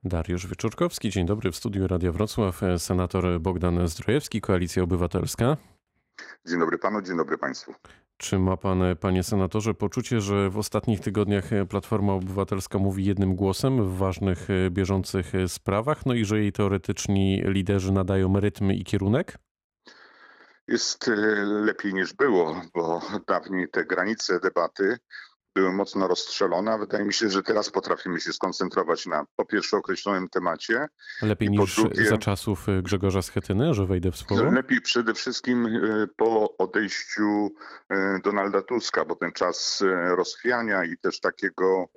Dariusz Wieczorkowski, dzień dobry, w studiu Radia Wrocław, senator Bogdan Zdrojewski, Koalicja Obywatelska. Dzień dobry panu, dzień dobry państwu. Czy ma pan, panie senatorze, poczucie, że w ostatnich tygodniach Platforma Obywatelska mówi jednym głosem w ważnych, bieżących sprawach, no i że jej teoretyczni liderzy nadają rytm i kierunek? Jest lepiej niż było, bo dawniej te granice debaty były mocno rozstrzelone, a wydaje mi się, że teraz potrafimy się skoncentrować na po pierwsze określonym temacie Lepiej i po niż za drugie czasów Grzegorza Schetyny, że wejdę w słowo? lepiej przede wszystkim po odejściu Donalda Tuska, bo ten czas rozchwiania i też takiego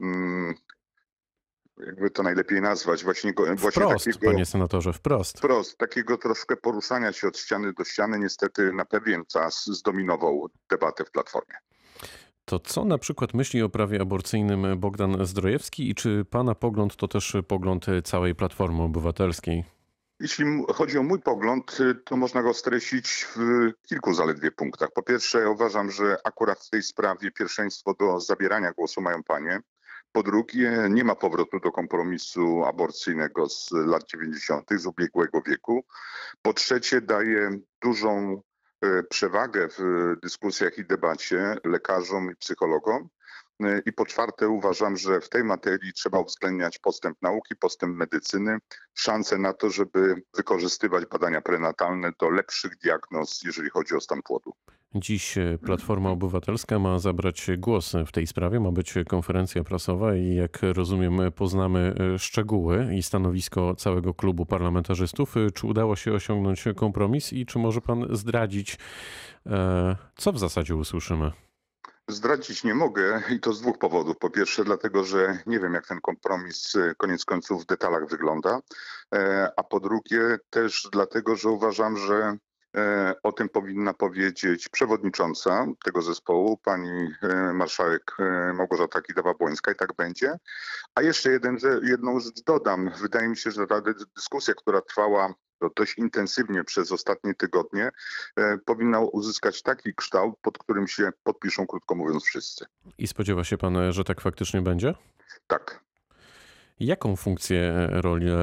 jakby to najlepiej nazwać, właśnie Wprost, takiego panie senatorze, wprost. wprost, takiego troszkę poruszania się od ściany do ściany niestety na pewien czas zdominował debatę w Platformie. To co na przykład myśli o prawie aborcyjnym Bogdan Zdrojewski i czy pana pogląd to też pogląd całej Platformy Obywatelskiej? Jeśli chodzi o mój pogląd, to można go streścić w kilku zaledwie punktach. Po pierwsze, ja uważam, że akurat w tej sprawie pierwszeństwo do zabierania głosu mają panie. Po drugie, nie ma powrotu do kompromisu aborcyjnego z lat 90., z ubiegłego wieku. Po trzecie, daje dużą przewagę w dyskusjach i debacie lekarzom i psychologom. I po czwarte, uważam, że w tej materii trzeba uwzględniać postęp nauki, postęp medycyny, szansę na to, żeby wykorzystywać badania prenatalne do lepszych diagnoz, jeżeli chodzi o stan płodu. Dziś Platforma Obywatelska ma zabrać głos w tej sprawie. Ma być konferencja prasowa i jak rozumiem, poznamy szczegóły i stanowisko całego klubu parlamentarzystów. Czy udało się osiągnąć kompromis i czy może pan zdradzić, co w zasadzie usłyszymy? Zdradzić nie mogę i to z dwóch powodów. Po pierwsze, dlatego, że nie wiem, jak ten kompromis koniec końców w detalach wygląda. A po drugie, też dlatego, że uważam, że o tym powinna powiedzieć przewodnicząca tego zespołu, pani marszałek Małgorzata Kidawa-Błońska i tak będzie. A jeszcze jedną rzecz dodam. Wydaje mi się, że ta dyskusja, która trwała dość intensywnie przez ostatnie tygodnie, powinna uzyskać taki kształt, pod którym się podpiszą, krótko mówiąc, wszyscy. I spodziewa się pan, że tak faktycznie będzie? Tak. Jaką funkcję, rolę,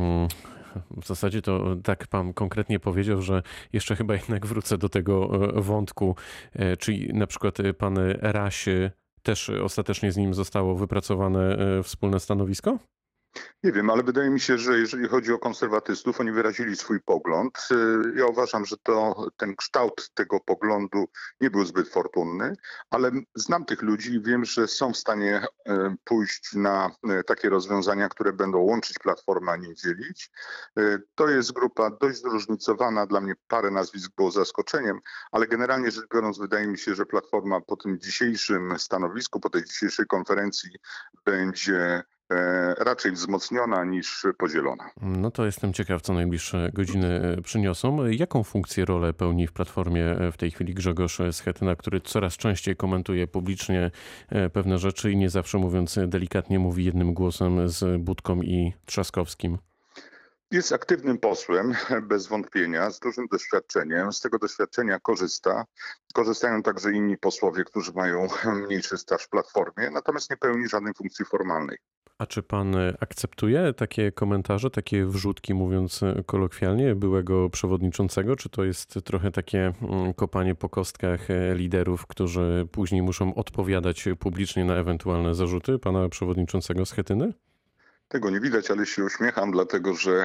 w zasadzie to tak pan konkretnie powiedział, że jeszcze chyba jednak wrócę do tego wątku, czyli na przykład pan Raś też ostatecznie z nim zostało wypracowane wspólne stanowisko? Nie wiem, ale wydaje mi się, że jeżeli chodzi o konserwatystów, oni wyrazili swój pogląd. Ja uważam, że ten kształt tego poglądu nie był zbyt fortunny, ale znam tych ludzi i wiem, że są w stanie pójść na takie rozwiązania, które będą łączyć Platformę, a nie dzielić. To jest grupa dość zróżnicowana. Dla mnie parę nazwisk było zaskoczeniem, ale generalnie rzecz biorąc, wydaje mi się, że Platforma po tym dzisiejszym stanowisku, po tej dzisiejszej konferencji będzie raczej wzmocniona niż podzielona. No to jestem ciekaw, co najbliższe godziny przyniosą. Jaką funkcję, rolę pełni w Platformie w tej chwili Grzegorz Schetyna, który coraz częściej komentuje publicznie pewne rzeczy i nie zawsze, mówiąc delikatnie, mówi jednym głosem z Budką i Trzaskowskim? Jest aktywnym posłem, bez wątpienia, z dużym doświadczeniem. Z tego doświadczenia korzysta. Korzystają także inni posłowie, którzy mają mniejszy staż w Platformie, natomiast nie pełni żadnej funkcji formalnej. A czy pan akceptuje takie komentarze, takie wrzutki, mówiąc kolokwialnie, byłego przewodniczącego? Czy to jest trochę takie kopanie po kostkach liderów, którzy później muszą odpowiadać publicznie na ewentualne zarzuty pana przewodniczącego Schetyny? Tego nie widać, ale się uśmiecham, dlatego że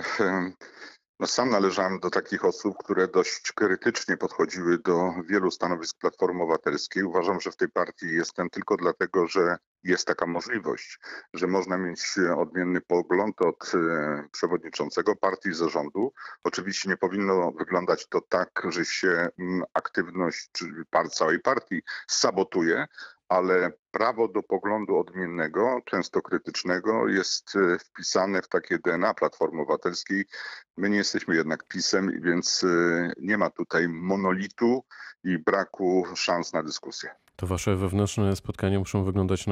sam należałem do takich osób, które dość krytycznie podchodziły do wielu stanowisk Platformy Obywatelskiej. Uważam, że w tej partii jestem tylko dlatego, że jest taka możliwość, że można mieć odmienny pogląd od przewodniczącego partii, zarządu. Oczywiście nie powinno wyglądać to tak, że się aktywność całej partii sabotuje, ale prawo do poglądu odmiennego, często krytycznego, jest wpisane w takie DNA Platformy Obywatelskiej. My nie jesteśmy jednak PiS-em, więc nie ma tutaj monolitu i braku szans na dyskusję. To wasze wewnętrzne spotkania muszą wyglądać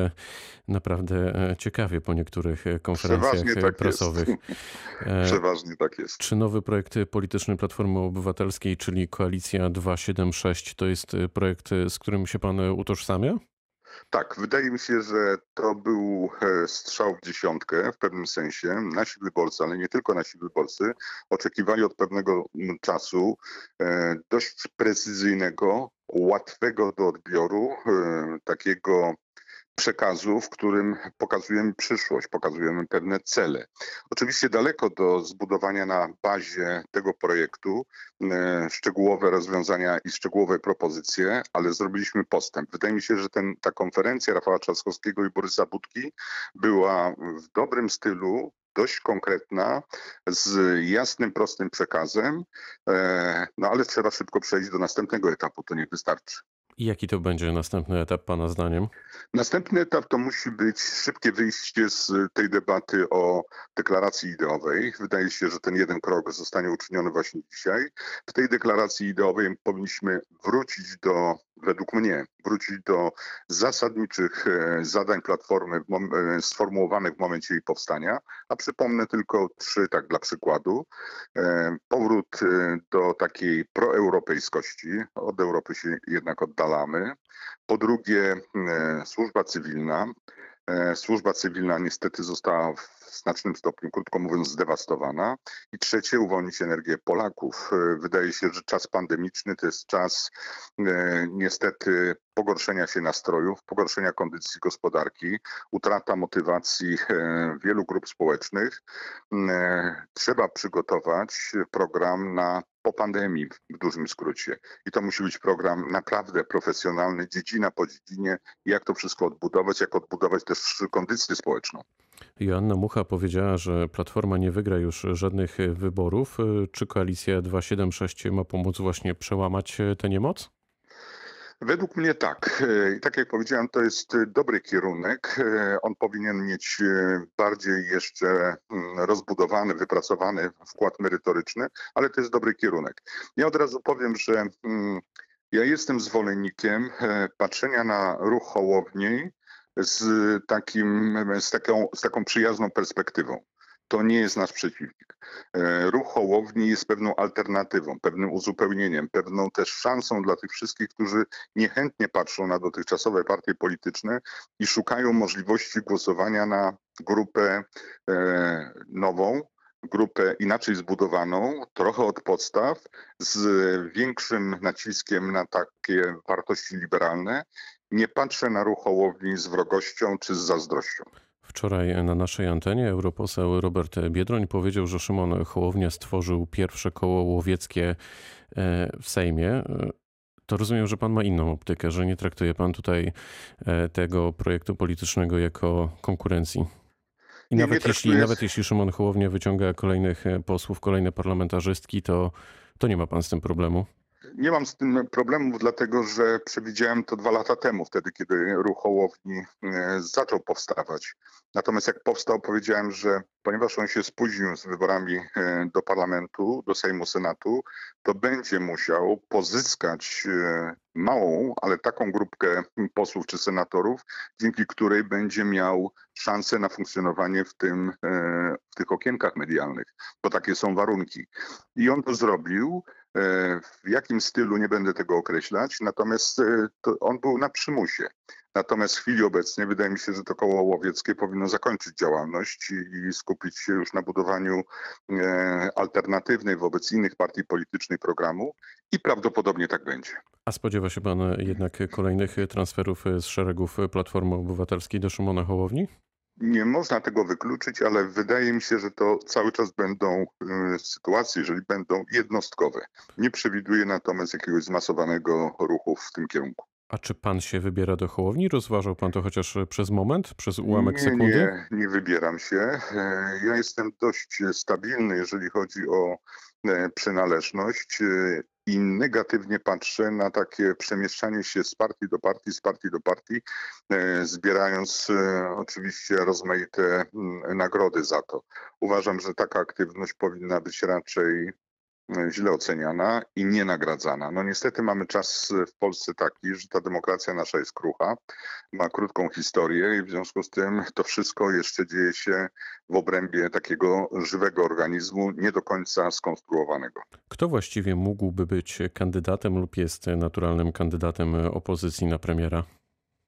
naprawdę ciekawie po niektórych konferencjach Przeważnie tak prasowych. jest. Przeważnie tak jest. Czy nowy projekt polityczny Platformy Obywatelskiej, czyli Koalicja 276, to jest projekt, z którym się pan utożsamia? Tak, wydaje mi się, że to był strzał w dziesiątkę w pewnym sensie. Nasi wyborcy, ale nie tylko nasi wyborcy, oczekiwali od pewnego czasu dość precyzyjnego, łatwego do odbioru, takiego przekazu, w którym pokazujemy przyszłość, pokazujemy pewne cele. Oczywiście daleko do zbudowania na bazie tego projektu szczegółowe rozwiązania i szczegółowe propozycje, ale zrobiliśmy postęp. Wydaje mi się, że ta konferencja Rafała Trzaskowskiego i Borysa Budki była w dobrym stylu, dość konkretna, z jasnym, prostym przekazem, no ale trzeba szybko przejść do następnego etapu, to nie wystarczy. I jaki to będzie następny etap pana zdaniem? Następny etap to musi być szybkie wyjście z tej debaty o deklaracji ideowej. Wydaje się, że ten jeden krok zostanie uczyniony właśnie dzisiaj. W tej deklaracji ideowej powinniśmy według mnie, wrócić do zasadniczych zadań Platformy sformułowanych w momencie jej powstania, a przypomnę tylko trzy, tak dla przykładu. Powrót do takiej proeuropejskości, od Europy się jednak oddalamy. Po drugie, służba cywilna. Służba cywilna niestety została w znacznym stopniu, krótko mówiąc, zdewastowana. I trzecie, uwolnić energię Polaków. Wydaje się, że czas pandemiczny to jest czas niestety pogorszenia się nastrojów, pogorszenia kondycji gospodarki, utrata motywacji wielu grup społecznych. Trzeba przygotować program na po pandemii w dużym skrócie. I to musi być program naprawdę profesjonalny, dziedzina po dziedzinie, jak to wszystko odbudować, jak odbudować też kondycję społeczną. Joanna Mucha powiedziała, że Platforma nie wygra już żadnych wyborów. Czy koalicja 276 ma pomóc właśnie przełamać tę niemoc? Według mnie tak. I tak jak powiedziałem, to jest dobry kierunek. On powinien mieć bardziej jeszcze rozbudowany, wypracowany wkład merytoryczny, ale to jest dobry kierunek. Ja od razu powiem, że ja jestem zwolennikiem patrzenia na ruch Hołowni z taką przyjazną perspektywą. To nie jest nasz przeciwnik. Ruch Hołowni jest pewną alternatywą, pewnym uzupełnieniem, pewną też szansą dla tych wszystkich, którzy niechętnie patrzą na dotychczasowe partie polityczne i szukają możliwości głosowania na grupę nową, grupę inaczej zbudowaną, trochę od podstaw, z większym naciskiem na takie wartości liberalne. Nie patrzę na ruch Hołowni z wrogością czy z zazdrością. Wczoraj na naszej antenie europoseł Robert Biedroń powiedział, że Szymon Hołownia stworzył pierwsze koło łowieckie w Sejmie. To rozumiem, że pan ma inną optykę, że nie traktuje pan tutaj tego projektu politycznego jako konkurencji. I nawet jeśli Szymon Hołownia wyciąga kolejnych posłów, kolejne parlamentarzystki, to nie ma pan z tym problemu. Nie mam z tym problemów, dlatego że przewidziałem to 2 lata temu, wtedy kiedy ruch Hołowni zaczął powstawać. Natomiast jak powstał, powiedziałem, że ponieważ on się spóźnił z wyborami do parlamentu, do Sejmu, Senatu, to będzie musiał pozyskać małą, ale taką grupkę posłów czy senatorów, dzięki której będzie miał szansę na funkcjonowanie w tych okienkach medialnych, bo takie są warunki. I on to zrobił. W jakim stylu nie będę tego określać, natomiast on był na przymusie. Natomiast w chwili obecnej wydaje mi się, że to koło łowieckie powinno zakończyć działalność i skupić się już na budowaniu alternatywnej wobec innych partii politycznych programu i prawdopodobnie tak będzie. A spodziewa się pan jednak kolejnych transferów z szeregów Platformy Obywatelskiej do Szymona Hołowni? Nie można tego wykluczyć, ale wydaje mi się, że to cały czas będą sytuacje, jeżeli będą jednostkowe. Nie przewiduję natomiast jakiegoś zmasowanego ruchu w tym kierunku. A czy pan się wybiera do Hołowni? Rozważał pan to chociaż przez moment, przez ułamek sekundy? Nie wybieram się. Ja jestem dość stabilny, jeżeli chodzi o przynależność i negatywnie patrzę na takie przemieszczanie się z partii do partii, zbierając oczywiście rozmaite nagrody za to. Uważam, że taka aktywność powinna być raczej źle oceniana i nie nagradzana. No niestety mamy czas w Polsce taki, że ta demokracja nasza jest krucha, ma krótką historię i w związku z tym to wszystko jeszcze dzieje się w obrębie takiego żywego organizmu, nie do końca skonstruowanego. Kto właściwie mógłby być kandydatem lub jest naturalnym kandydatem opozycji na premiera?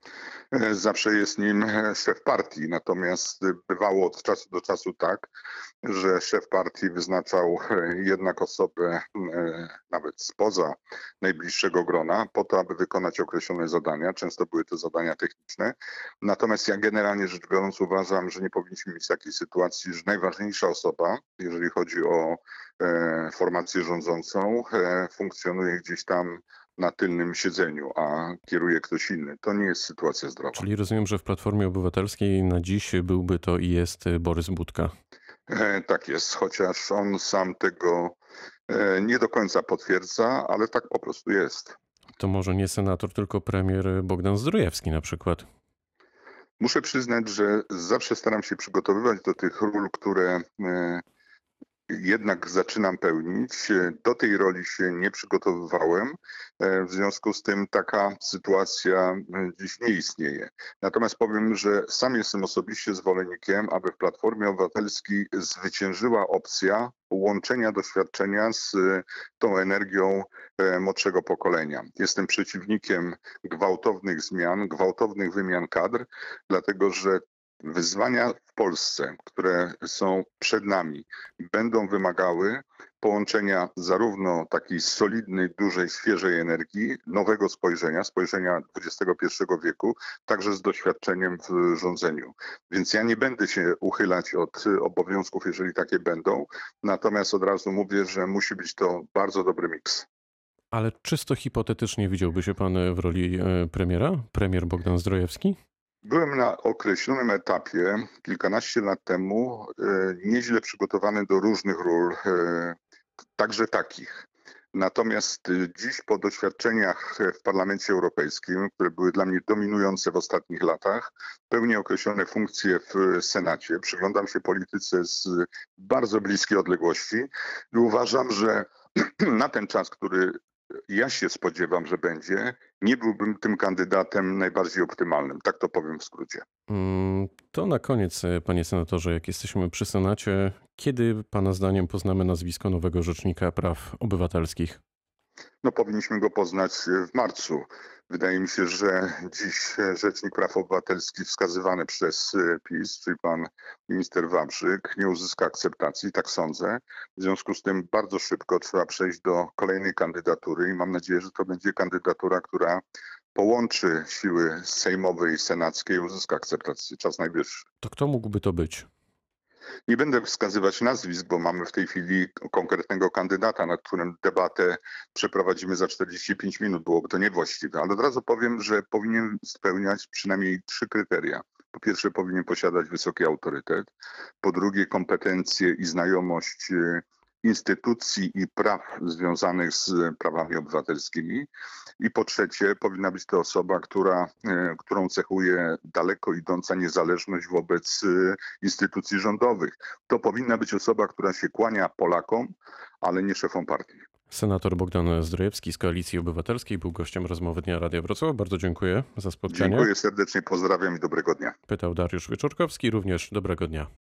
Zawsze jest nim szef partii. Natomiast bywało od czasu do czasu tak, że szef partii wyznaczał jednak osobę nawet spoza najbliższego grona po to, aby wykonać określone zadania. Często były to zadania techniczne. Natomiast ja generalnie rzecz biorąc uważam, że nie powinniśmy mieć takiej sytuacji, że najważniejsza osoba, jeżeli chodzi o formację rządzącą, funkcjonuje gdzieś tam na tylnym siedzeniu, a kieruje ktoś inny. To nie jest sytuacja zdrowa. Czyli rozumiem, że w Platformie Obywatelskiej na dziś byłby to i jest Borys Budka. Tak jest, chociaż on sam tego nie do końca potwierdza, ale tak po prostu jest. To może nie senator, tylko premier Bogdan Zdrojewski na przykład. Muszę przyznać, że zawsze staram się przygotowywać do tych ról, które jednak zaczynam pełnić. Do tej roli się nie przygotowywałem. W związku z tym taka sytuacja dziś nie istnieje. Natomiast powiem, że sam jestem osobiście zwolennikiem, aby w Platformie Obywatelskiej zwyciężyła opcja łączenia doświadczenia z tą energią młodszego pokolenia. Jestem przeciwnikiem gwałtownych zmian, gwałtownych wymian kadr, dlatego że wyzwania w Polsce, które są przed nami, będą wymagały połączenia zarówno takiej solidnej, dużej, świeżej energii, nowego spojrzenia XXI wieku, także z doświadczeniem w rządzeniu. Więc ja nie będę się uchylać od obowiązków, jeżeli takie będą, natomiast od razu mówię, że musi być to bardzo dobry miks. Ale czysto hipotetycznie widziałby się pan w roli premiera? Premier Bogdan Zdrojewski? Byłem na określonym etapie kilkanaście lat temu nieźle przygotowany do różnych ról, także takich. Natomiast dziś po doświadczeniach w Parlamencie Europejskim, które były dla mnie dominujące w ostatnich latach, pełnię określone funkcje w Senacie. Przyglądam się polityce z bardzo bliskiej odległości i uważam, że na ten czas, który ja się spodziewam, że będzie, nie byłbym tym kandydatem najbardziej optymalnym. Tak to powiem w skrócie. To na koniec, panie senatorze, jak jesteśmy przy Senacie, kiedy pana zdaniem poznamy nazwisko nowego rzecznika praw obywatelskich? No, powinniśmy go poznać w marcu. Wydaje mi się, że dziś Rzecznik Praw Obywatelskich wskazywany przez PiS, czyli pan minister Wawrzyk, nie uzyska akceptacji, tak sądzę. W związku z tym bardzo szybko trzeba przejść do kolejnej kandydatury i mam nadzieję, że to będzie kandydatura, która połączy siły sejmowe i senackie i uzyska akceptację. Czas najwyższy. To kto mógłby to być? Nie będę wskazywać nazwisk, bo mamy w tej chwili konkretnego kandydata, nad którym debatę przeprowadzimy za 45 minut. Byłoby to niewłaściwe, ale od razu powiem, że powinien spełniać przynajmniej 3 kryteria. Po pierwsze, powinien posiadać wysoki autorytet. Po drugie, kompetencje i znajomość instytucji i praw związanych z prawami obywatelskimi. I po trzecie, powinna być to osoba, którą cechuje daleko idąca niezależność wobec instytucji rządowych. To powinna być osoba, która się kłania Polakom, ale nie szefom partii. Senator Bogdan Zdrojewski z Koalicji Obywatelskiej był gościem rozmowy Dnia Radia Wrocław. Bardzo dziękuję za spotkanie. Dziękuję serdecznie, pozdrawiam i dobrego dnia. Pytał Dariusz Wieczorkowski, również dobrego dnia.